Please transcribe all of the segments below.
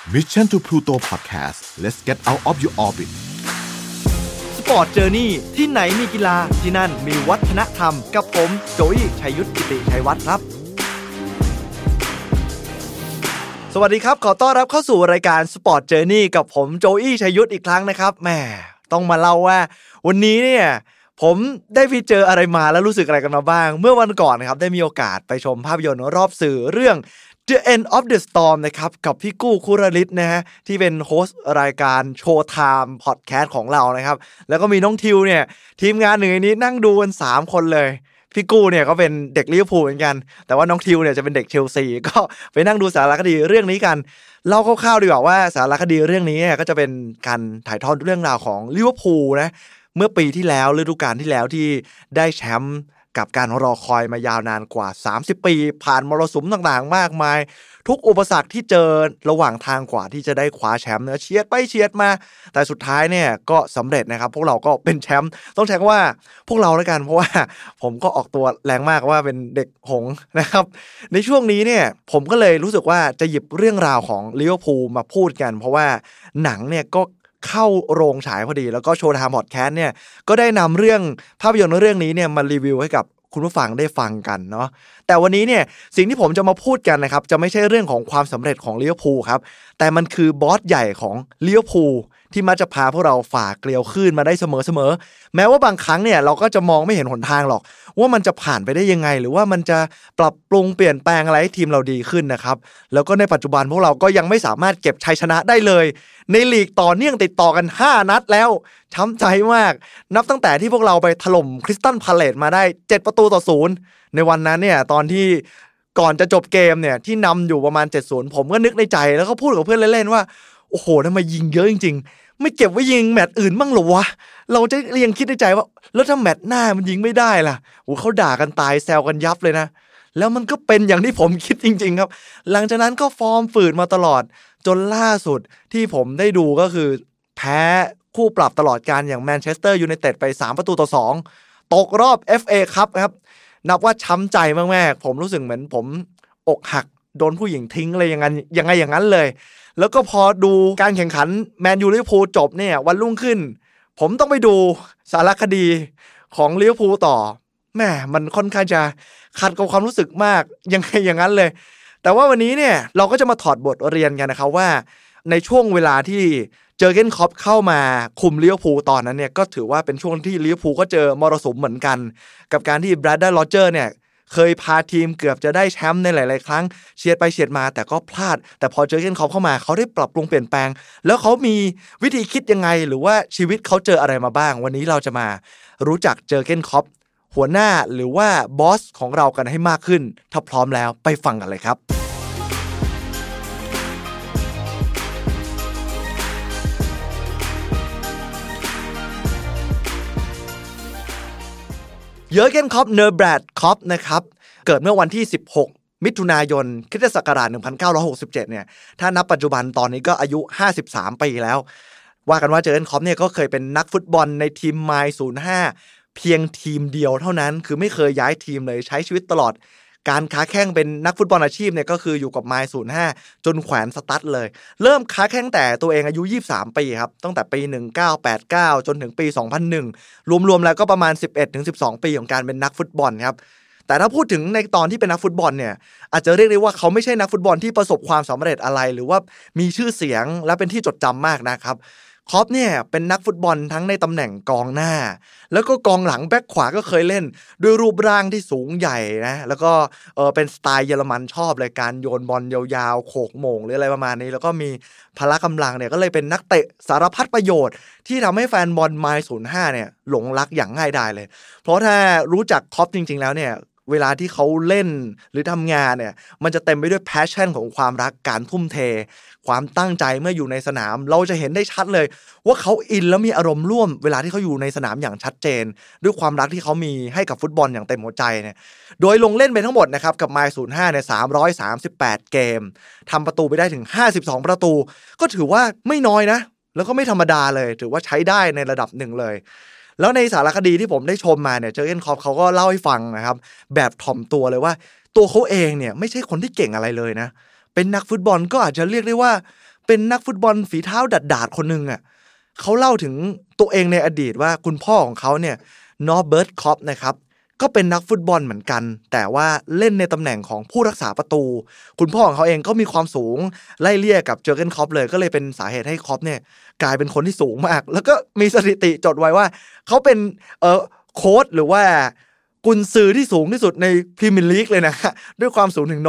Mission to Pluto Podcast let's get out of your orbit Sport Journey ที่ไหนมีกีฬาที่นั่นมีวัฒนธรรมกับผมโจอี้ชัยยุทธกิติชัยวัฒน์ครับสวัสดีครับขอต้อนรับเข้าสู่รายการ Sport Journey กับผมโจอี้ชัยยุทธอีกครั้งนะครับแหมต้องมาเล่าว่าวันนี้เนี่ยผมได้ไปเจออะไรมาแล้วรู้สึกอะไรกันมาบ้างเมื่อวันก่อนนะครับได้มีโอกาสไปชมภาพยนตร์รอบสื่อเรื่อง The End of the Storm นะครับกับพี่กู้คุรฤทธิ์นะฮะที่เป็นโฮสต์รายการ Showtime Podcast ของเรานะครับแล้วก็มีน้องทิวเนี่ยทีมงานหนึ่งในนี้นั่งดูกัน3คนเลยพี่กู้เนี่ยก็เป็นเด็กลิเวอร์พูลเหมือนกันแต่ว่าน้องทิวเนี่ยจะเป็นเด็กเชลซีก็ไปนั่งดูสารคดีเรื่องนี้กันเล่าคร่าวๆดีกว่าว่าสารคดีเรื่องนี้ก็จะเป็นการถ่ายทอดเรื่องราวของลิเวอร์พูลนะเมื่อปีที่แล้วฤดูกาลที่แล้วที่ได้แชมป์กับการรอคอยมายาวนานกว่า30ปีผ่านมรสุมต่างๆมากมายทุกอุปสรรคที่เจอระหว่างทางกว่าที่จะได้คว้าแชมป์เชียดไปเชียดมาแต่สุดท้ายเนี่ยก็สำเร็จนะครับพวกเราก็เป็นแชมป์ต้องใช้คำว่าพวกเราแล้วกันเพราะว่าผมก็ออกตัวแรงมากว่าเป็นเด็กหงส์นะครับในช่วงนี้เนี่ยผมก็เลยรู้สึกว่าจะหยิบเรื่องราวของลิเวอร์พูลมาพูดกันเพราะว่าหนังเนี่ยก็เข้าโรงฉายพอดีแล้วก็โชว์ไทม์พอดแคสต์เนี่ยก็ได้นำเรื่องภาพยนตร์เรื่องนี้เนี่ยมารีวิวให้กับคุณผู้ฟังได้ฟังกันเนาะแต่วันนี้เนี่ยสิ่งที่ผมจะมาพูดกันนะครับจะไม่ใช่เรื่องของความสำเร็จของลิเวอร์พูลครับแต่มันคือบอสใหญ่ของลิเวอร์พูลที่มักจะพาพวกเราฝ่าเกลียวคลื่นมาได้เสมอแม้ว่าบางครั้งเนี่ยเราก็จะมองไม่เห็นหนทางหรอกว่ามันจะผ่านไปได้ยังไงหรือว่ามันจะปรับปรุงเปลี่ยนแปลงอะไรให้ทีมเราดีขึ้นนะครับแล้วก็ในปัจจุบันพวกเราก็ยังไม่สามารถเก็บชัยชนะได้เลยในลีกต่อเนื่องติดต่อกัน5นัดแล้วช้ำใจมากนับตั้งแต่ที่พวกเราไปถล่มคริสตัลพาเลซมาได้7-0ในวันนั้นเนี่ยตอนที่ก่อนจะจบเกมเนี่ยที่นำอยู่ประมาณ7-0ผมก็นึกในใจแล้วก็พูดกับเพื่อนเล่นๆว่าโอ้โหทำไมยิงเยอะจริงๆไม่เก็บไว้ยิงแมตช์อื่นบ้างหรอวะเราจะยังคิดในใจว่าแล้วถ้าแมตช์หน้ามันยิงไม่ได้ล่ะโอ้เขาด่ากันตายแซวกันยับเลยนะแล้วมันก็เป็นอย่างที่ผมคิดจริงๆครับหลังจากนั้นก็ฟอร์มฝืดมาตลอดจนล่าสุดที่ผมได้ดูก็คือแพ้คู่ปรับตลอดการอย่างแมนเชสเตอร์ยูไนเต็ดไป3-2ตกรอบ FA ครับครับนับว่าช้ำใจมากๆผมรู้สึกเหมือนผมอกหักโดนผู้หญิงทิ้งอะไรอย่างนั้นเลยแล้วก็พอดูการแข่งขันแมนยูลิเวอร์พูลจบเนี่ยวันรุ่งขึ้นผมต้องไปดูสารคดีของลิเวอร์พูลต่อแม่มันค่อนข้างจะขัดกับความรู้สึกมากอย่างนั้นเลยแต่ว่าวันนี้เนี่ยเราก็จะมาถอดบทเรียนกันนะครับว่าในช่วงเวลาที่เจอร์เก้นคล็อปเข้ามาคุมลิเวอร์พูลตอนนั้นเนี่ยก็ถือว่าเป็นช่วงที่ลิเวอร์พูลก็เจอมรสุมเหมือนกันกับการที่แบรนดอน โรเจอร์เนี่ยเคยพาทีมเกือบจะได้แชมป์ในหลายๆครั้งเชียดไปเชียดมาแต่ก็พลาดแต่พอเจอร์เก้นคล็อปเข้ามาเขาได้ปรับปรุงเปลี่ยนแปลงแล้วเขามีวิธีคิดยังไงหรือว่าชีวิตเขาเจออะไรมาบ้างวันนี้เราจะมารู้จักเจอร์เก้นคล็อปหัวหน้าหรือว่าบอสของเรากันให้มากขึ้นถ้าพร้อมแล้วไปฟังกันเลยครับเยอร์เก้นคล็อปเนอร์แบรดคล็อปนะครับเกิดเมื่อวันที่16มิถุนายนคริสตศักราช1967เนี่ยถ้านับปัจจุบันตอนนี้ก็อายุ53ปีแล้วว่ากันว่าเจอร์เก้นคล็อปเนี่ยก็เคยเป็นนักฟุตบอลในทีมไมล์05เพียงทีมเดียวเท่านั้นคือไม่เคยย้ายทีมเลยใช้ชีวิตตลอดการค้าแข้งเป็นนักฟุตบอลอาชีพเนี่ยก็คืออยู่กับไมล์05จนแขวนสตั๊ดเลยเริ่มค้าแข้งแต่ตัวเองอายุ23ปีครับตั้งแต่ปี1989จนถึงปี2001รวมๆแล้วก็ประมาณ 11-12 ปีของการเป็นนักฟุตบอลครับแต่ถ้าพูดถึงในตอนที่เป็นนักฟุตบอลเนี่ยอาจจะเรียกได้ว่าเขาไม่ใช่นักฟุตบอลที่ประสบความสำเร็จอะไรหรือว่ามีชื่อเสียงและเป็นที่จดจำมากนะครับคล็อปเนี่ยเป็นนักฟุตบอลทั้งในตำแหน่งกองหน้าแล้วก็กองหลังแบ็คขวาก็เคยเล่นด้วยรูปร่างที่สูงใหญ่นะแล้วก็เป็นสไตล์เยอรมันชอบเลยการโยนบอลยาวๆโขกโมงหรืออะไรประมาณนี้แล้วก็มีพละกำลังเนี่ยก็เลยเป็นนักเตะสารพัดประโยชน์ที่ทำให้แฟนบอลไมล์05เนี่ยหลงรักอย่างง่ายดายเลยเพราะถ้ารู้จักคล็อปจริงๆแล้วเนี่ยเวลาที่เขาเล่นหรือทำงานเนี่ยมันจะเต็มไปด้วย passion ของความรักการทุ่มเทความตั้งใจเมื่ออยู่ในสนามเราจะเห็นได้ชัดเลยว่าเขาอินแล้วมีอารมณ์ร่วมเวลาที่เขาอยู่ในสนามอย่างชัดเจนด้วยความรักที่เขามีให้กับฟุตบอลอย่างเต็มหัวใจเนี่ยโดยลงเล่นไปทั้งหมดนะครับกับไมล์05เนี่ย338เกมทำประตูไปได้ถึง52ประตูก็ถือว่าไม่น้อยนะแล้วก็ไม่ธรรมดาเลยถือว่าใช้ได้ในระดับหนึ่งเลยแล้วในสารคดีที่ผมได้ชมมาเนี่ยเจอร์เก้นคล็อปเขาก็เล่าให้ฟังนะครับแบบถ่อมตัวเลยว่าตัวเขาเองเนี่ยไม่ใช่คนที่เก่งอะไรเลยนะเป็นนักฟุตบอลก็อาจจะเรียกได้ว่าเป็นนักฟุตบอลฝีเท้าดาดๆคนนึงอ่ะเขาเล่าถึงตัวเองในอดีตว่าคุณพ่อของเขาเนี่ยนอร์เบิร์ตคอปนะครับก็เป็นนักฟุตบอลเหมือนกันแต่ว่าเล่นในตำแหน่งของผู้รักษาประตูคุณพ่อของเขาเองก็มีความสูงไล่เลี่ยกับเจอร์เกนคล็อปเลยก็เลยเป็นสาเหตุให้คล็อปเนี่ยกลายเป็นคนที่สูงมากแล้วก็มีสถิติจดไว้ว่าเขาเป็นโค้ชหรือว่ากุนซือที่สูงที่สุดในพรีเมียร์ลีกเลยนะด้วยความสูงถึง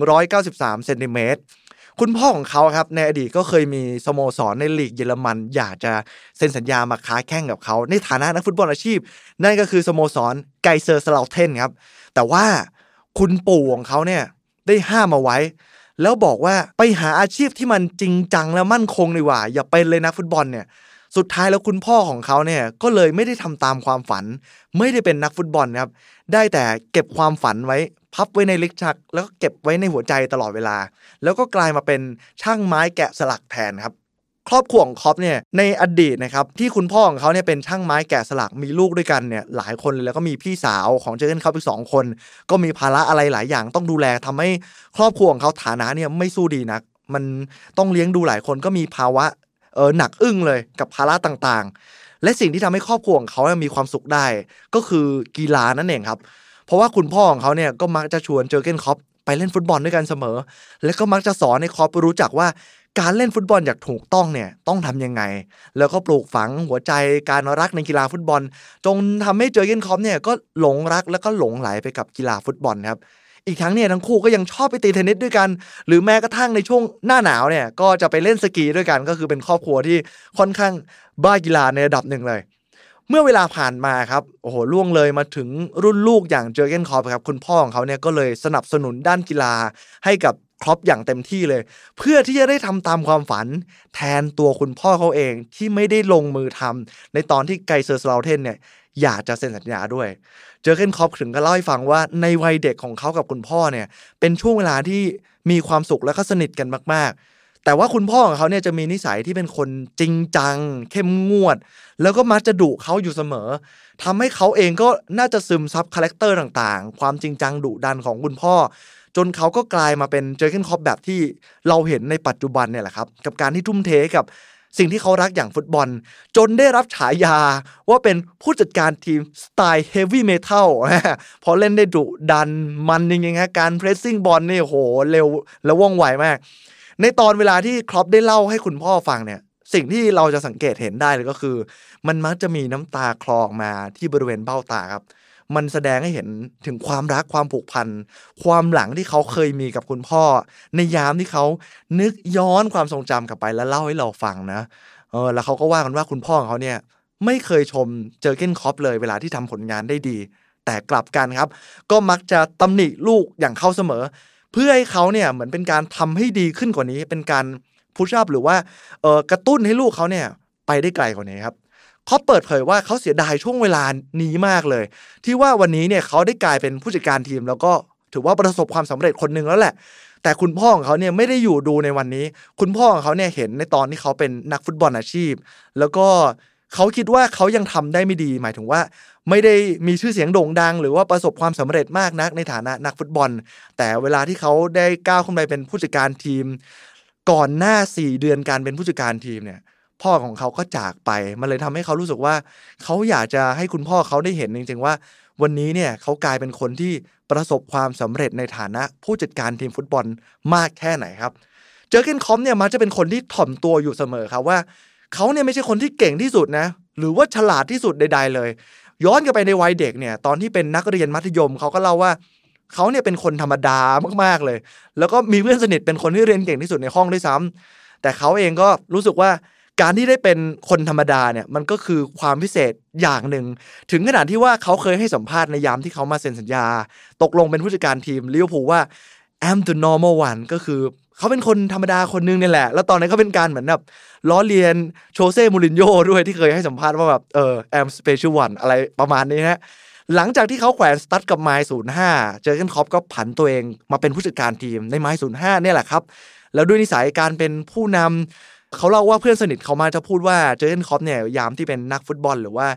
193เซนติเมตรคุณพ่อของเขาครับในอดีตก็เคยมีสโมสรในลีกเยอรมันอยากจะเซ็นสัญญามาค้าแข่งกับเขาในฐานะนักฟุตบอลอาชีพนั่นก็คือสโมสรไกเซอร์สลาเทนครับแต่ว่าคุณปู่ของเขาเนี่ยได้ห้ามเอาไว้แล้วบอกว่าไปหาอาชีพที่มันจริงจังและมั่นคงดีกว่าอย่าเป็นเลยนักฟุตบอลเนี่ยสุดท้ายแล้วคุณพ่อของเขาเนี่ยก็เลยไม่ได้ทำตามความฝันไม่ได้เป็นนักฟุตบอลครับได้แต่เก็บความฝันไว้พับไว้ในลิ้นชักแล้วก็เก็บไว้ในหัวใจตลอดเวลาแล้วก็กลายมาเป็นช่างไม้แกะสลักแทนครับครอบครัวของคอปเนี่ยในอดีตนะครับที่คุณพ่อของเขาเนี่ยเป็นช่างไม้แกะสลักมีลูกด้วยกันเนี่ยหลายคนเลยแล้วก็มีพี่สาวของเจอร์เกนคล็อปอีก2คนก็มีภาระอะไรหลายอย่างต้องดูแลทำให้ครอบครัวของเขาฐานะเนี่ยไม่สู้ดีนักมันต้องเลี้ยงดูหลายคนก็มีภาวะหนักอึ้งเลยกับภาระต่างๆและสิ่งที่ทำให้ครอบครัวของเขามีความสุขได้ก็คือกีฬานั่นเองครับเพราะว่าคุณพ่อของเขาเนี่ยก็มักจะชวนเจอร์เกนคล็อปไปเล่นฟุตบอลด้วยกันเสมอและก็มักจะสอนให้คล็อปรู้จักว่าการเล่นฟุตบอลอย่างถูกต้องเนี่ยต้องทำยังไงแล้วก็ปลูกฝังหัวใจการรักในกีฬาฟุตบอลจนทำให้เจอร์เกนคล็อปเนี่ยก็หลงรักแล้วก็หลงไหลไปกับกีฬาฟุตบอลครับอีกทั้งเนี่ยทั้งคู่ก็ยังชอบไปตีเทนนิสด้วยกันหรือแม้กระทั่งในช่วงหน้าหนาวเนี่ยก็จะไปเล่นสกีด้วยกันก็คือเป็นครอบครัวที่ค่อนข้างบ้ากีฬาในระดับหนึ่งเลยเมื่อเวลาผ่านมาครับโอ้โหล่วงเลยมาถึงรุ่นลูกอย่างเจอร์เกนคล็อปครับคุณพ่อของเขาเนี่ยก็เลยสนับสนุนด้านกีฬาให้กับคล็อปอย่างเต็มที่เลยเพื่อที่จะได้ทำตามความฝันแทนตัวคุณพ่อเขาเองที่ไม่ได้ลงมือทำในตอนที่ไกเซอร์สลาเทนเนี่ยอยากจะเซ็นสัญญาด้วยเจอร์เกนคล็อปถึงก็เล่าให้ฟังว่าในวัยเด็กของเขากับคุณพ่อเนี่ยเป็นช่วงเวลาที่มีความสุขและก็สนิทกันมากๆแต่ว่าคุณพ่อของเขาเนี่ยจะมีนิสัยที่เป็นคนจริงจังเข้มงวดแล้วก็มักจะดุเขาอยู่เสมอทำให้เขาเองก็น่าจะซึมซับคาแรคเตอร์ต่างๆความจริงจังดุดันของคุณพ่อจนเขาก็กลายมาเป็นเจอร์เกนคล็อปแบบที่เราเห็นในปัจจุบันเนี่ยแหละครับกับการที่ทุ่มเทกับสิ่งที่เขารักอย่างฟุตบอลจนได้รับฉายาว่าเป็นผู้จัดการทีมสไตล์เฮฟวี่เมทัลพอเล่นได้ดุดันมันจริงๆฮะการเพรสซิ่งบอลนี่โหเร็วและว่องไวมากในตอนเวลาที่คล็อปได้เล่าให้คุณพ่อฟังเนี่ยสิ่งที่เราจะสังเกตเห็นได้เลยก็คือมันมักจะมีน้ำตาคลอออกมาที่บริเวณเบ้าตาครับมันแสดงให้เห็นถึงความรักความผูกพันความหลังที่เขาเคยมีกับคุณพ่อในยามที่เขานึกย้อนความทรงจำกลับไปแล้วเล่าให้เราฟังนะแล้วเขาก็ว่ากันว่าคุณพ่อของเขาเนี่ยไม่เคยชมเจอร์เกนคล็อปเลยเวลาที่ทำผลงานได้ดีแต่กลับกันครับก็มักจะตำหนิลูกอย่างเขาเสมอเพื่อให้เขาเนี่ยเหมือนเป็นการทำให้ดีขึ้นกว่านี้เป็นการพุชอัพหรือว่ากระตุ้นให้ลูกเขาเนี่ยไปได้ไกลกว่านี้ครับเขาเปิดเผยว่าเขาเสียดายช่วงเวลานี้มากเลยที่ว่าวันนี้เนี่ยเขาได้กลายเป็นผู้จัดการทีมแล้วก็ถือว่าประสบความสำเร็จคนนึงแล้วแหละแต่คุณพ่อของเขาเนี่ยไม่ได้อยู่ดูในวันนี้คุณพ่อของเขาเนี่ยเห็นในตอนที่เขาเป็นนักฟุตบอลอาชีพแล้วก็เขาคิดว่าเขายังทำได้ไม่ดีหมายถึงว่าไม่ได้มีชื่อเสียงโด่งดังหรือว่าประสบความสำเร็จมากนักในฐานะนักฟุตบอลแต่เวลาที่เขาได้ก้าวขึ้นไปเป็นผู้จัดการทีมก่อนหน้า4 เดือนการเป็นผู้จัดการทีมเนี่ยพ่อของเขาก็จากไปมันเลยทำให้เขารู้สึกว่าเขาอยากจะให้คุณพ่อเขาได้เห็นจริงๆว่าวันนี้เนี่ยเขากลายเป็นคนที่ประสบความสำเร็จในฐานะผู้จัดการทีมฟุตบอลมากแค่ไหนครับเจอร์เกนคล็อปเนี่ยมักจะเป็นคนที่ถ่อมตัวอยู่เสมอครับว่าเขาเนี่ยไม่ใช่คนที่เก่งที่สุดนะหรือว่าฉลาดที่สุดใดๆเลยย้อนกลับไปในวัยเด็กเนี่ยตอนที่เป็นนักเรียนมัธยมเขาก็เล่าว่าเขาเนี่ยเป็นคนธรรมดามากๆเลยแล้วก็มีเพื่อนสนิทเป็นคนที่เรียนเก่งที่สุดในห้องด้วยซ้ำแต่เขาเองก็รู้สึกว่าการที่ได้เป็นคนธรรมดาเนี่ยมันก็คือความพิเศษอย่างหนึ่งถึงขนาดที่ว่าเขาเคยให้สัมภาษณ์ในยามที่เขามาเซ็นสัญญาตกลงเป็นผู้จัดการทีมลิเวอร์พูลว่า I'm the normal one ก็คือเขาเป็นคนธรรมดาคนนึงนี่แหละแล้วตอนนั้นก็เป็นการเหมือนแบบล้อเลียนโชเซ่มูรินโญ่ด้วยที่เคยให้สัมภาษณ์ว่าแบบI'm special one อะไรประมาณนี้ฮะหลังจากที่เขาแขวนสตั๊ดกับไมล์05เจอร์เกนคล็อปก็ผันตัวเองมาเป็นผู้จัดการทีมในไมล์05เนี่ยแหละครับแล้วด้วยนิสัยการเป็นผู้นำเขาเล่าว่าเพื่อนสนิทเขามาจะพูดว่าเจอร์เกนคล็อปเนี่ยยามที่เป็นนักฟุตบอลหรือว่า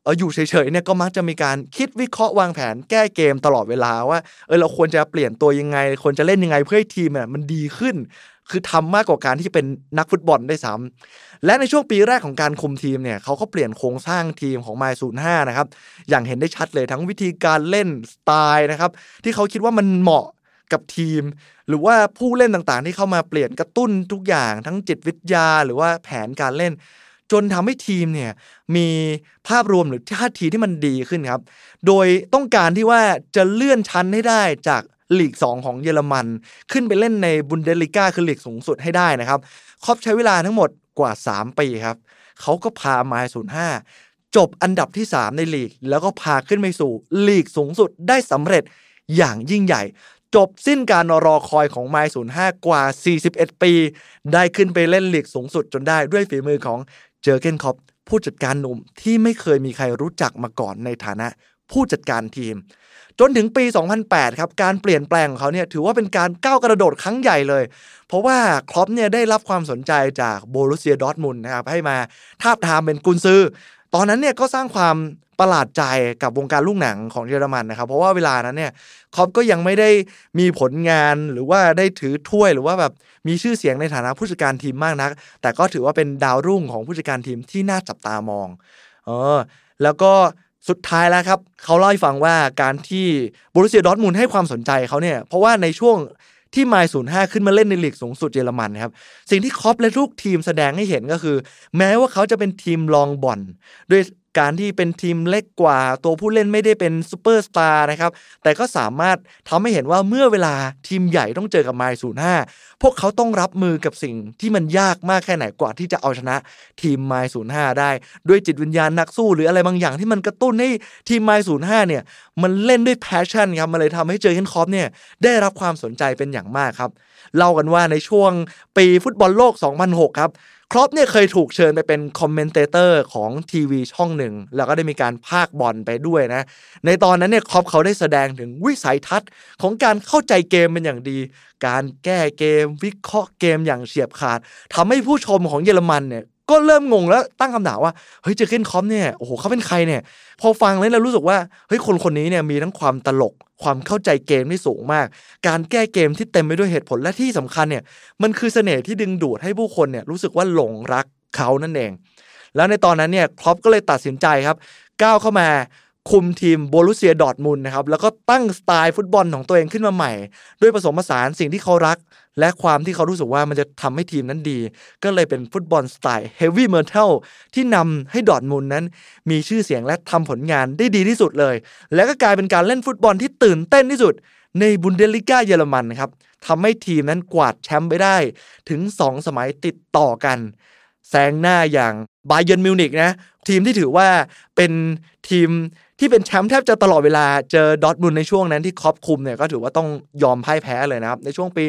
อยู่เฉยๆเนี่ยก็มักจะมีการคิดวิเคราะห์วางแผนแก้เกมตลอดเวลาว่าเราควรจะเปลี่ยนตัวยังไงควรจะเล่นยังไงเพื่อให้ทีมมันดีขึ้นคือทำมากกว่าการที่เป็นนักฟุตบอลได้ซ้ำและในช่วงปีแรกของการคุมทีมเนี่ยเขาก็เปลี่ยนโครงสร้างทีมของMY05นะครับอย่างเห็นได้ชัดเลยทั้งวิธีการเล่นสไตล์นะครับที่เขาคิดว่ามันเหมาะกับทีมหรือว่าผู้เล่นต่างๆที่เข้ามาเปลี่ยนกระตุ้นทุกอย่างทั้งจิตวิทยาหรือว่าแผนการเล่นจนทำให้ทีมเนี่ยมีภาพรวมหรือท่าทีที่มันดีขึ้นครับโดยต้องการที่ว่าจะเลื่อนชั้นให้ได้จากลีก2ของเยอรมันขึ้นไปเล่นในบุนเดสลีกาคือลีกสูงสุดให้ได้นะครับครอปใช้เวลาทั้งหมดกว่า3ปีครับเขาก็พาMY05จบอันดับที่3ในลีกแล้วก็พาขึ้นไปสู่ลีกสูงสุดได้สำเร็จอย่างยิ่งใหญ่จบสิ้นการรอคอยของMY05กว่า41ปีได้ขึ้นไปเล่นลีกสูงสุดจนได้ด้วยฝีมือของเจอร์เกนคล็อปผู้จัดการหนุ่มที่ไม่เคยมีใครรู้จักมาก่อนในฐานะผู้จัดการทีมจนถึงปี 2008 ครับการเปลี่ยนแปลงของเขาเนี่ยถือว่าเป็นการก้าวกระโดดครั้งใหญ่เลยเพราะว่าคล็อปเนี่ยได้รับความสนใจจากโบรุสเซียดอร์ทมุนด์นะครับให้มาทาบทามเป็นกุนซือตอนนั้นเนี่ยก็สร้างความประหลาดใจกับวงการลูกหนังของเยอรมันนะครับเพราะว่าเวลานั้นเนี่ยคล็อปก็ยังไม่ได้มีผลงานหรือว่าได้ถือถ้วยหรือว่าแบบมีชื่อเสียงในฐานะผู้จัดการทีมมากนักแต่ก็ถือว่าเป็นดาวรุ่งของผู้จัดการทีมที่น่าจับตามองแล้วก็สุดท้ายแล้วครับเขาเล่าให้ฟังว่าการที่โบรุสเซียดอร์ทมุนด์ให้ความสนใจเขาเนี่ยเพราะว่าในช่วงที่MY05ขึ้นมาเล่นในลีกสูงสุดเยอรมันครับสิ่งที่คล็อปและลูกทีมแสดงให้เห็นก็คือแม้ว่าเขาจะเป็นทีมรองบอลด้วยการที่เป็นทีมเล็กกว่าตัวผู้เล่นไม่ได้เป็นซูเปอร์สตาร์นะครับแต่ก็สามารถทำให้เห็นว่าเมื่อเวลาทีมใหญ่ต้องเจอกับMY05พวกเขาต้องรับมือกับสิ่งที่มันยากมากแค่ไหนกว่าที่จะเอาชนะทีมMY05ได้ด้วยจิตวิญญาณนักสู้หรืออะไรบางอย่างที่มันกระตุ้นให้ทีมMY05เนี่ยมันเล่นด้วยแพชชั่นครับมันเลยทำให้เจอร์เกนคล็อปเนี่ยได้รับความสนใจเป็นอย่างมากครับเล่ากันว่าในช่วงปีฟุตบอลโลก 2006 ครับคล็อปเนี่ยเคยถูกเชิญไปเป็นคอมเมนเตเตอร์ของทีวีช่องหนึ่งแล้วก็ได้มีการพากย์บอลไปด้วยนะในตอนนั้นเนี่ยคล็อปเขาได้แสดงถึงวิสัยทัศน์ของการเข้าใจเกมเป็นอย่างดีการแก้เกมวิเคราะห์เกมอย่างเฉียบขาดทำให้ผู้ชมของเยอรมันเนี่ยก็เริ่มงงแล้วตั้งคำถามว่าเฮ้ยเจอร์เกนคล็อปเนี่ยโอ้โหเขาเป็นใครเนี่ยพอฟังแล้วเรารู้สึกว่าเฮ้ยคนนี้เนี่ยมีทั้งความตลกความเข้าใจเกมที่สูงมากการแก้เกมที่เต็มไปด้วยเหตุผลและที่สำคัญเนี่ยมันคือเสน่ห์ที่ดึงดูดให้ผู้คนเนี่ยรู้สึกว่าหลงรักเขานั่นเองแล้วในตอนนั้นเนี่ยคล็อปก็เลยตัดสินใจครับก้าวเข้ามาคุมทีมโบรุสเซียดอร์ทมุนด์นะครับแล้วก็ตั้งสไตล์ฟุตบอลของตัวเองขึ้นมาใหม่ด้วยผสมผสานสิ่งที่เขารักและความที่เขารู้สึกว่ามันจะทำให้ทีมนั้นดีก็เลยเป็นฟุตบอลสไตล์เฮฟวี่เมทัลที่นำให้ดอร์ทมุนด์นั้นมีชื่อเสียงและทำผลงานได้ดีที่สุดเลยและก็กลายเป็นการเล่นฟุตบอลที่ตื่นเต้นที่สุดในบุนเดสลิก้าเยอรมันครับทำให้ทีมนั้นกวาดแชมป์ไปได้ถึง2 สมัยติดต่อกันแซงหน้าอย่างบาเยิร์นมิวนิกนะทีมที่ถือว่าเป็นทีมที่เป็นแชมป์แทบจะตลอดเวลาเจอดอร์ทมุนด์ในช่วงนั้นที่คล็อปคุมเนี่ยก็ถือว่าต้องยอมพ่ายแพ้เลยนะครับในช่วงปี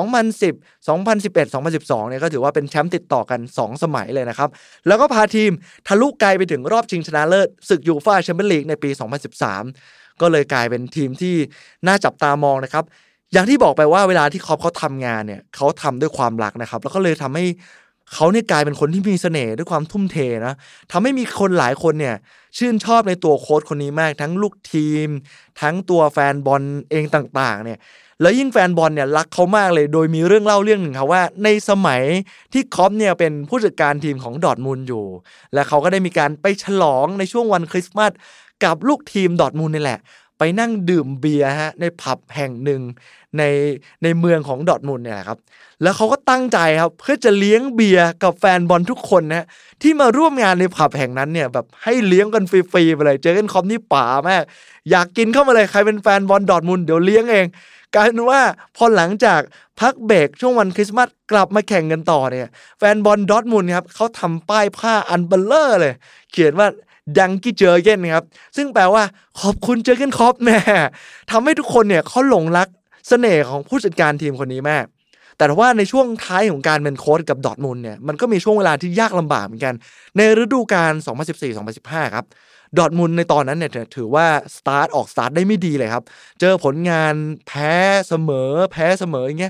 2010 2011 2012เนี่ยก็ถือว่าเป็นแชมป์ติดต่อกัน2 สมัยเลยนะครับแล้วก็พาทีมทะลุไกลไปถึงรอบชิงชนะเลิศศึกยูฟ่าแชมเปี้ยนลีกในปี 2013 ก็เลยกลายเป็นทีมที่น่าจับตามองนะครับอย่างที่บอกไปว่าเวลาที่คล็อปเขาทำงานเนี่ยเขาทำด้วยความรักนะครับแล้วก็เลยทำให้เขาเนี่ยกลายเป็นคนที่มีเสน่ห์ด้วยความทุ่มเทนะทำให้มีคนหลายคนเนี่ยชื่นชอบในตัวโค้ชคนนี้มากทั้งลูกทีมทั้งตัวแฟนบอลเองต่างๆเนี่ยแล้วยิ่งแฟนบอลเนี่ยรักเขามากเลยโดยมีเรื่องเล่าเรื่องหนึ่งครับว่าในสมัยที่คล็อปเนี่ยเป็นผู้จัดการทีมของดอร์ทมุนด์อยู่และเขาก็ได้มีการไปฉลองในช่วงวันคริสต์มาสกับลูกทีมดอร์ทมุนด์นี่แหละไปนั่งดื่มเบียร์ฮะในผับแห่งหนึ่งในเมืองของดอร์ทมุนด์เนี่ยครับแล้วเขาก็ตั้งใจครับเพื่อจะเลี้ยงเบียร์กับแฟนบอลทุกคนนะที่มาร่วมงานในผับแห่งนั้นเนี่ยแบบให้เลี้ยงกันฟรีๆไปเลยเจอกันคอมนี่ป๋ามากอยากกินเข้ามาเลยใครเป็นแฟนบอลดอร์ทมุนด์เดี๋ยวเลี้ยงเองกลายเป็นว่าพอหลังจากพักเบรกช่วงวันคริสต์มาสกลับมาแข่งกันต่อเนี่ยแฟนบอลดอร์ทมุนด์ครับเขาทำป้ายผ้าอันเบลเลอร์เลยเขียนว่าดังกี้เจอร์เกนครับซึ่งแปลว่าขอบคุณเจอร์เกนคล็อปแม่ทำให้ทุกคนเนี่ยเขาหลงรักเสน่ห์ของผู้จัดการทีมคนนี้มากแต่ว่าในช่วงท้ายของการเป็นโค้ชกับดอร์ทมุนด์เนี่ยมันก็มีช่วงเวลาที่ยากลำบากเหมือนกันในฤดูกาล 2014-2015 ครับดอร์ทมุนด์ในตอนนั้นเนี่ยถือว่าสตาร์ทได้ไม่ดีเลยครับเจอผลงานแพ้เสมออย่างเงี้ย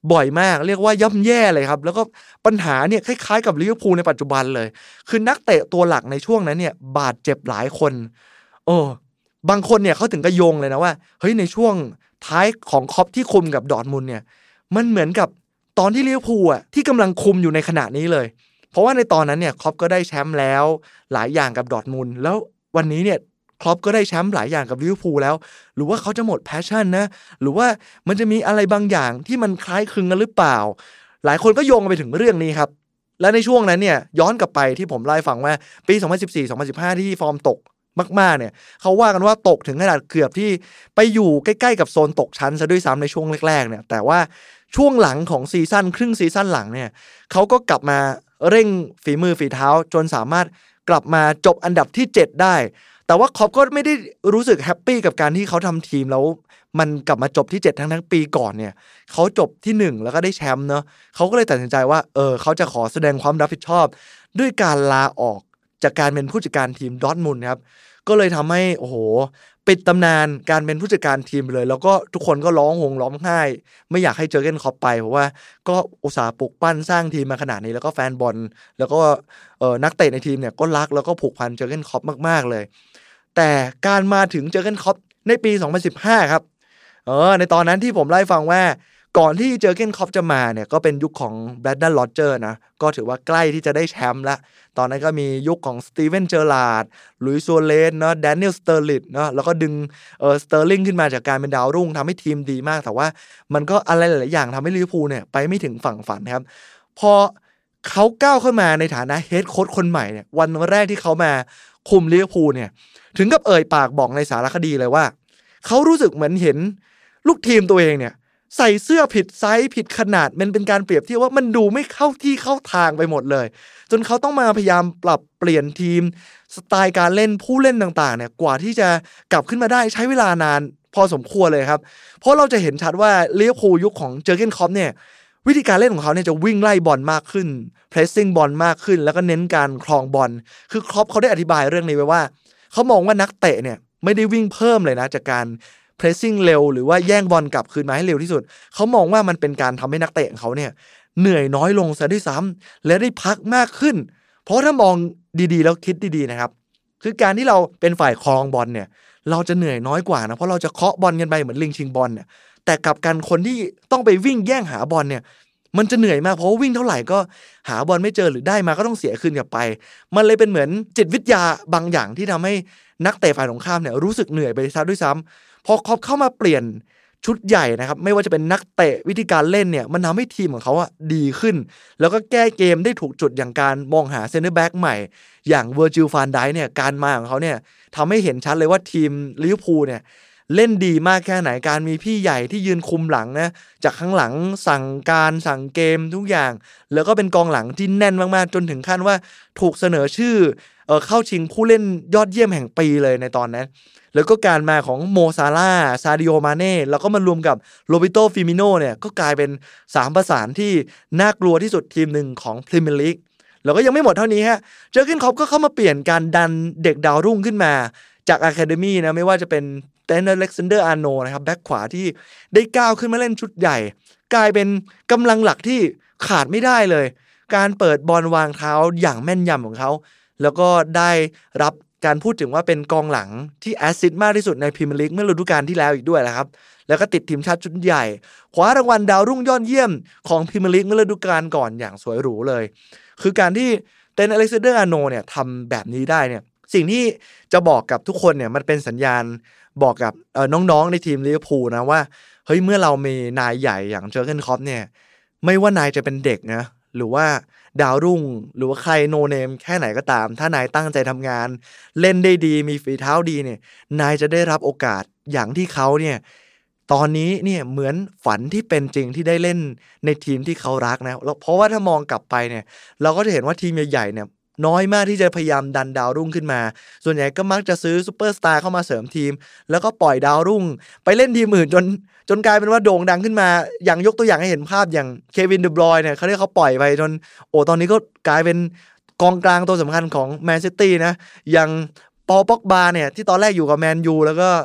บ่อยมากเรียกว่าย่ำแย่เลยครับแล้วก็ปัญหาเนี่ยคล้ายๆกับลิเวอร์พูลในปัจจุบันเลยคือนักเตะตัวหลักในช่วงนั้นเนี่ยบาดเจ็บหลายคนบางคนเนี่ยเขาถึงกระโยงเลยนะว่าเฮ้ยในช่วงท้ายของคล็อปที่คุมกับดอร์ทมุนด์เนี่ยมันเหมือนกับตอนที่ลิเวอร์พูลที่กำลังคุมอยู่ในขณะนี้เลยเพราะว่าในตอนนั้นเนี่ยคล็อปก็ได้แชมป์แล้วหลายอย่างกับดอร์ทมุนด์แล้ววันนี้เนี่ยคล็อปก็ได้แชมป์หลายอย่างกับลิเวอร์พูลแล้วหรือว่าเขาจะหมดแพชชั่นนะหรือว่ามันจะมีอะไรบางอย่างที่มันคล้ายคลึงกันหรือเปล่าหลายคนก็โยงไปถึงเรื่องนี้ครับและในช่วงนั้นเนี่ยย้อนกลับไปที่ผมเล่าให้ฟังว่าปี2014-2015ที่ฟอร์มตกมากๆเนี่ยเขาว่ากันว่าตกถึงขนาดเกือบที่ไปอยู่ใกล้ๆกับโซนตกชั้นซะด้วยซ้ำในช่วงแรกๆเนี่ยแต่ว่าช่วงหลังของซีซั่นครึ่งซีซั่นหลังเนี่ยเขาก็กลับมาเร่งฝีมือฝีเท้าจนสามารถกลับมาจบอันดับที่7ได้แต่ว่าคล็อปก็ไม่ได้รู้สึกแฮปปี้กับการที่เขาทำทีมแล้วมันกลับมาจบที่7ทั้งปีก่อนเนี่ยเขาจบที่1แล้วก็ได้แชมป์เนาะเขาก็เลยตัดสินใจว่าเขาจะขอแสดงความรับผิดชอบด้วยการลาออกจากการเป็นผู้จัดการทีมดอร์ทมุนด์ครับก็เลยทำให้โอ้โหปิดตำนานการเป็นผู้จัดการทีมเลยแล้วก็ทุกคนก็ร้องไห้ไม่อยากให้เจอร์เก้นคล็อปไปเพราะว่าก็อุตส่าห์ปลุกปั้นสร้างทีมมาขนาดนี้แล้วก็แฟนบอลแล้วก็นักเตะในทีมเนี่ยก็รักแล้วก็ผูกพันเจอร์เก้นคล็อปมากๆเลยแต่การมาถึงเจอร์เก้นคล็อปในปี2015ครับในตอนนั้นที่ผมเล่าให้ฟังว่าก่อนที่เจอร์เก้นคล็อปจะมาเนี่ยก็เป็นยุคของแบรนดอน โรเจอร์นะก็ถือว่าใกล้ที่จะได้แชมป์แล้วตอนนั้นก็มียุคของสตีเวนเจอร์ลาร์ดลุยส์ ซัวเรซเนาะแดเนียล สเตอร์ลิตเนาะแล้วก็ดึงสเตอร์ลิงขึ้นมาจากการเป็นดาวรุ่งทำให้ทีมดีมากแต่ว่ามันก็อะไรหลายๆอย่างทำให้ลิเวอร์พูลเนี่ยไปไม่ถึงฝั่งฝันครับพอเขาก้าวเข้ามาในฐานะเฮดโค้ชคนใหม่เนี่ยวันแรกที่เขามาคุมลิเวอร์พูลเนี่ยถึงกับเอ่ยปากบอกในสารคดีเลยว่าเขารู้สึกเหมือนเห็นลูกทีมตัวเองเนี่ยใส่เสื้อผิดไซส์ผิดขนาดมันเป็นการเปรียบเทียบว่ามันดูไม่เข้าที่เข้าทางไปหมดเลยจนเขาต้องมาพยายามปรับเปลี่ยนทีมสไตล์การเล่นผู้เล่นต่างๆเนี่ยกว่าที่จะกลับขึ้นมาได้ใช้เวลานานพอสมควรเลยครับเพราะเราจะเห็นชัดว่าลิเวอร์พูลยุคของเจอร์เก้นคล็อปเนี่ยวิธีการเล่นของเขาเนี่ยจะวิ่งไล่บอลมากขึ้นเพรสซิ่งบอลมากขึ้นแล้วก็เน้นการครองบอลคือคล็อปเขาได้อธิบายเรื่องนี้ไว้ว่าเขามองว่านักเตะเนี่ยไม่ได้วิ่งเพิ่มเลยนะจากการpressing เร็วหรือว่าแย่งบอลกลับคืนมาให้เร็วที่สุดเขามองว่ามันเป็นการทำให้นักเตะของเขาเนี่ยเหนื่อยน้อยลงซะด้วยซ้ำและได้พักมากขึ้นเพราะถ้ามองดีๆแล้วคิดดีๆนะครับคือการที่เราเป็นฝ่ายครองบอลเนี่ยเราจะเหนื่อยน้อยกว่านะเพราะเราจะเคาะบอลกันไปเหมือนลิงชิงบอลเนี่ยแต่กับการคนที่ต้องไปวิ่งแย่งหาบอลเนี่ยมันจะเหนื่อยมากเพราะวิ่งเท่าไหร่ก็หาบอลไม่เจอหรือได้มาก็ต้องเสียคืนกลับไปมันเลยเป็นเหมือนจิตวิทยาบางอย่างที่ทำให้นักเตะฝ่ายตรงข้ามเนี่ยรู้สึกเหนื่อยไปซะด้วยซ้ำพอคล็อปเข้ามาเปลี่ยนชุดใหญ่นะครับไม่ว่าจะเป็นนักเตะวิธีการเล่นเนี่ยมันทำให้ทีมของเขาดีขึ้นแล้วก็แก้เกมได้ถูกจุดอย่างการมองหาเซนเตอร์แบ็กใหม่อย่างเวอร์จิล ฟานไดค์เนี่ยการมาของเขาเนี่ยทำให้เห็นชัดเลยว่าทีมลิเวอร์พูลเนี่ยเล่นดีมากแค่ไหนการมีพี่ใหญ่ที่ยืนคุมหลังนะจากข้างหลังสั่งเกมทุกอย่างแล้วก็เป็นกองหลังที่แน่นมากๆจนถึงขั้นว่าถูกเสนอชื่อเข้าชิงผู้เล่นยอดเยี่ยมแห่งปีเลยในตอนนั้นแล้วก็การมาของโมซาลาห์ซาดิโอ มาเน่แล้วก็มารวมกับโรเบโต ฟิมิโน่เนี่ยก็กลายเป็น3ประสานที่น่ากลัวที่สุดทีมหนึ่งของพรีเมียร์ลีกแล้วก็ยังไม่หมดเท่านี้ฮะเจอร์เก้นคล็อปก็เข้ามาเปลี่ยนการดันเด็กดาวรุ่งขึ้นมาจากอะคาเดมี่นะไม่ว่าจะเป็นเทนเนอร์ อเล็กซานเดอร์ อาร์โนลด์นะครับแบ็คขวาที่ได้ก้าวขึ้นมาเล่นชุดใหญ่กลายเป็นกำลังหลักที่ขาดไม่ได้เลยการเปิดบอลวางเท้าอย่างแม่นยำของเขาแล้วก็ได้รับการพูดถึงว่าเป็นกองหลังที่แอสซิสต์มากที่สุดในพรีเมียร์ลีกเมื่อฤดูกาลที่แล้วอีกด้วยนะครับแล้วก็ติดทีมชาติชุดใหญ่คว้ารางวัลดาวรุ่งยอดเยี่ยมของพรีเมียร์ลีกเมื่อฤดูกาลก่อนอย่างสวยหรูเลยคือการที่เทนเนอร์ อเล็กซานเดอร์ อาร์โนลด์เนี่ยทำแบบนี้ได้เนี่ยสิ่งที่จะบอกกับทุกคนเนี่ยมันเป็นสัญญาณบอกกับน้องๆในทีมลิเวอร์พูลนะว่าเฮ้ยเมื่อเรามีนายใหญ่อย่างเจอร์เก้นคล็อปเนี่ยไม่ว่านายจะเป็นเด็กนะหรือว่าดาวรุ่งหรือว่าใครโนเนมแค่ไหนก็ตามถ้านายตั้งใจทำงานเล่นได้ดีมีฝีเท้าดีเนี่ยนายจะได้รับโอกาสอย่างที่เขาเนี่ยตอนนี้เนี่ยเหมือนฝันที่เป็นจริงที่ได้เล่นในทีมที่เขารักนะเพราะว่าถ้ามองกลับไปเนี่ยเราก็จะเห็นว่าทีมใหญ่ๆเนี่ยน้อยมากที่จะพยายามดันดาวรุ่งขึ้นมาส่วนใหญ่ก็มักจะซื้อซูเปอร์สตาร์เข้ามาเสริมทีมแล้วก็ปล่อยดาวรุ่งไปเล่นทีมอื่นจนกลายเป็นว่าโด่งดังขึ้นมาอย่างยกตัวอย่างให้เห็นภาพอย่างเควิน เดบรอยน์เนี่ยเขาปล่อยไปจนตอนนี้ก็กลายเป็นกองกลางตัวสำคัญของแมนซิตี้นะอย่างปอล ป็อกบาเนี่ยที่ตอนแรกอยู่กับแมนยูแล้วก็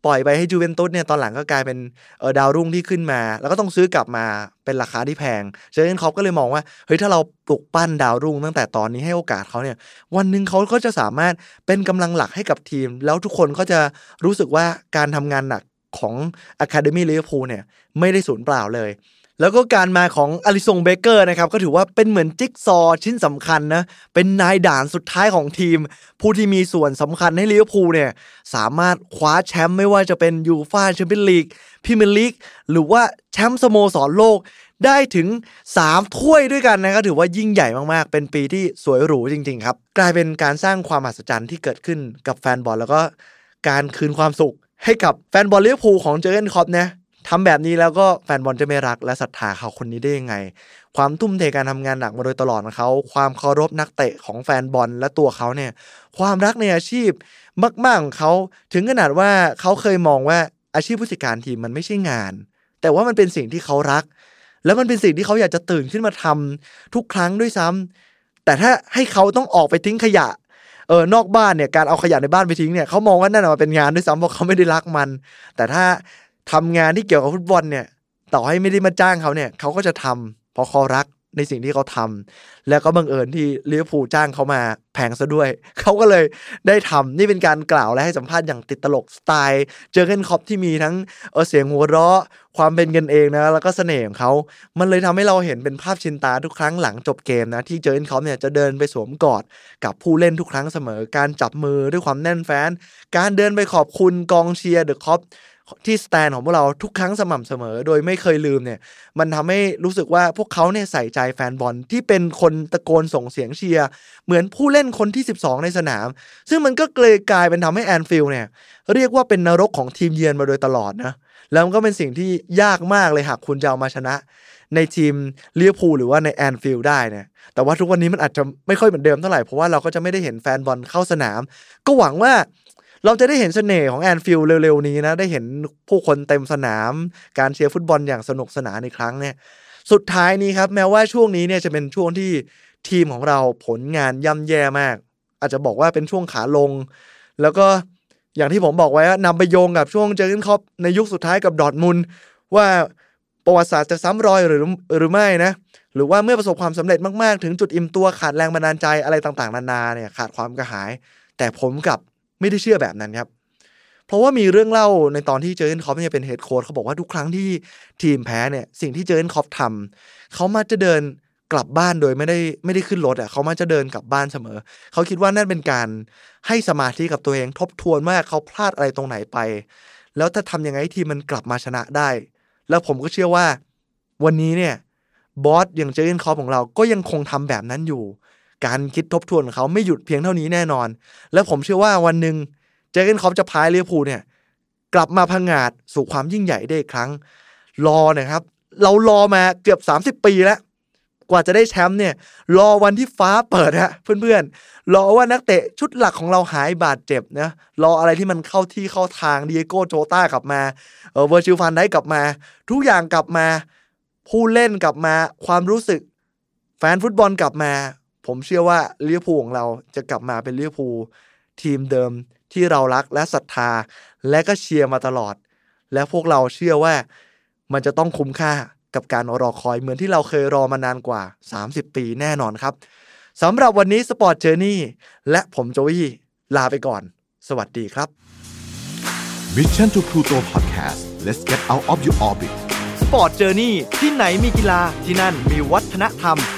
ปล่อยไปให้จูเวนตุสเนี่ยตอนหลังก็กลายเป็นดาวรุ่งที่ขึ้นมาแล้วก็ต้องซื้อกลับมาเป็นราคาที่แพงเจอร์เกนคล็อปก็เลยมองว่าเฮ้ยถ้าเราปลุกปั้นดาวรุ่งตั้งแต่ตอนนี้ให้โอกาสเขาเนี่ยวันนึงเขาก็จะสามารถเป็นกำลังหลักให้กับทีมแล้วทุกคนก็จะรู้สึกว่าการทำงานหนักของ Academy Liverpool เนี่ยไม่ได้สูญเปล่าเลยแล้วก็การมาของอลิซงเบเกอร์นะครับก็ถือว่าเป็นเหมือนจิ๊กซอว์ชิ้นสำคัญนะเป็นนายด่านสุดท้ายของทีมผู้ที่มีส่วนสำคัญให้ลิเวอร์พูลเนี่ยสามารถคว้าแชมป์ไม่ว่าจะเป็นยูฟ่าแชมเปี้ยนลีกพรีเมียร์ลีกหรือว่าแชมป์สโมสรโลกได้ถึง3ถ้วยด้วยกันนะครับถือว่ายิ่งใหญ่มากๆเป็นปีที่สวยหรูจริงๆครับกลายเป็นการสร้างความมหัศจรรย์ที่เกิดขึ้นกับแฟนบอลแล้วก็การคืนความสุขให้กับแฟนบอลลิเวอร์พูลของเจอร์เกนคล็อปนะทำแบบนี้แล้วก็แฟนบอลจะไม่รักและศรัทธาเขาคนนี้ได้ยังไงความทุ่มเทการทำงานหนักมาโดยตลอดของเขาความเคารพนักเตะของแฟนบอลและตัวเขาเนี่ยความรักในอาชีพมากๆของเขาถึงขนาดว่าเขาเคยมองว่าอาชีพผู้จัดการทีมมันไม่ใช่งานแต่ว่ามันเป็นสิ่งที่เขารักแล้วมันเป็นสิ่งที่เขาอยากจะตื่นขึ้นมาทำทุกครั้งด้วยซ้ำแต่ถ้าให้เขาต้องออกไปทิ้งขยะนอกบ้านเนี่ยการเอาขยะในบ้านไปทิ้งเนี่ยเขามองว่านั่นเป็นงานด้วยซ้ำเพราะเขาไม่ได้รักมันแต่ถ้าทำงานที่เกี่ยวกับฟุตบอลเนี่ยต่อให้ไม่ได้มาจ้างเขาเนี่ยเขาก็จะทำเพราะเขารักในสิ่งที่เขาทำแล้วก็บังเอิญที่ลิเวอร์พูลจ้างเขามาแพงซะด้วยเขาก็เลยได้ทำนี่เป็นการกล่าวและให้สัมภาษณ์อย่างติดตลกสไตล์เจอร์เกนคล็อปที่มีทั้งเสียงหัวเราะความเป็นกันเองนะแล้วก็เสน่ห์ของเขามันเลยทำให้เราเห็นเป็นภาพชินตาทุกครั้งหลังจบเกมนะที่เจอร์เกนคล็อปเนี่ยจะเดินไปสวมกอดกับผู้เล่นทุกครั้งเสมอการจับมือด้วยความแน่นแฟ้นการเดินไปขอบคุณกองเชียร์เดอะคล็อปที่สแตนของพวกเราทุกครั้งสม่ำเสมอโดยไม่เคยลืมเนี่ยมันทำให้รู้สึกว่าพวกเขาเนี่ยใส่ใจแฟนบอลที่เป็นคนตะโกนส่งเสียงเชียร์เหมือนผู้เล่นคนที่12ในสนามซึ่งมันก็เลยกลายเป็นทำให้แอนฟิลด์เนี่ยเรียกว่าเป็นนรกของทีมเยือนมาโดยตลอดนะแล้วมันก็เป็นสิ่งที่ยากมากเลยหากคุณจะเอามาชนะในทีมลิเวอร์พูลหรือว่าในแอนฟิลด์ได้เนี่ยแต่ว่าทุกวันนี้มันอาจจะไม่ค่อยเหมือนเดิมเท่าไหร่เพราะว่าเราก็จะไม่ได้เห็นแฟนบอลเข้าสนามก็หวังว่าเราจะได้เห็นเสน่ห์ของแอนฟิลด์เร็วๆนี้นะได้เห็นผู้คนเต็มสนามการเชียร์ฟุตบอลอย่างสนุกสนานในครั้งเนี่ยสุดท้ายนี้ครับแม้ว่าช่วงนี้เนี่ยจะเป็นช่วงที่ทีมของเราผลงานย่ำแย่มากอาจจะบอกว่าเป็นช่วงขาลงแล้วก็อย่างที่ผมบอกไว้ว่านำไปโยงกับช่วงเจอร์เกนคล็อปในยุคสุดท้ายกับดอร์ทมุนด์ว่าประวัติศาสตร์จะซ้ำรอยหรือไม่นะหรือว่าเมื่อประสบความสำเร็จมากๆถึงจุดอิ่มตัวขาดแรงบันดาลใจอะไรต่างๆนานาเนี่ยขาดความกระหายแต่ผมกับไม่ได้เชื่อแบบนั้นครับเพราะว่ามีเรื่องเล่าในตอนที่เจอร์เกนคล็อปเนี่ยเป็นเฮดโค้ชเขาบอกว่าทุกครั้งที่ทีมแพ้เนี่ยสิ่งที่เจอร์เกนคล็อปทำเขามักจะเดินกลับบ้านโดยไม่ได้ขึ้นรถเขามักจะเดินกลับบ้านเสมอเขาคิดว่านั่นเป็นการให้สมาธิกับตัวเองทบทวนว่าเขาพลาดอะไรตรงไหนไปแล้วถ้าทำยังไงทีมมันกลับมาชนะได้แล้วผมก็เชื่อว่าวันนี้เนี่ยบอสอย่างเจอร์เกนคล็อปของเราก็ยังคงทำแบบนั้นอยู่การคิดทบทวนของเขาไม่หยุดเพียงเท่านี้แน่นอนและผมเชื่อว่าวันนึงเจอร์เกนคล็อปจะพาลิเวอร์พูลเนี่ยกลับมาพังงาดสู่ความยิ่งใหญ่ได้อีกครั้งรอนะครับเรารอมาเกือบ30 ปีแล้วกว่าจะได้แชมป์เนี่ยรอวันที่ฟ้าเปิดฮะเพื่อนๆรอว่านักเตะชุดหลักของเราหายบาดเจ็บนะรออะไรที่มันเข้าที่เข้าทางดิเอโก้โจต้ากลับมาเวอร์จิลฟันไดกลับมาทุกอย่างกลับมาผู้เล่นกลับมาความรู้สึกแฟนฟุตบอลกลับมาผมเชื่อว่าลิเวอร์พูลของเราจะกลับมาเป็นลิเวอร์พูลทีมเดิมที่เรารักและศรัทธาและก็เชียร์มาตลอดและพวกเราเชื่อว่ามันจะต้องคุ้มค่ากับการรอคอยเหมือนที่เราเคยรอมานานกว่า30 ปีแน่นอนครับสำหรับวันนี้สปอร์ตเจอร์นี่และผมโจวี่ลาไปก่อนสวัสดีครับ Mission to Pluto Podcast Let's get out of your orbit สปอร์ตเจอร์นี่ที่ไหนมีกีฬาที่นั่นมีวัฒนธรรม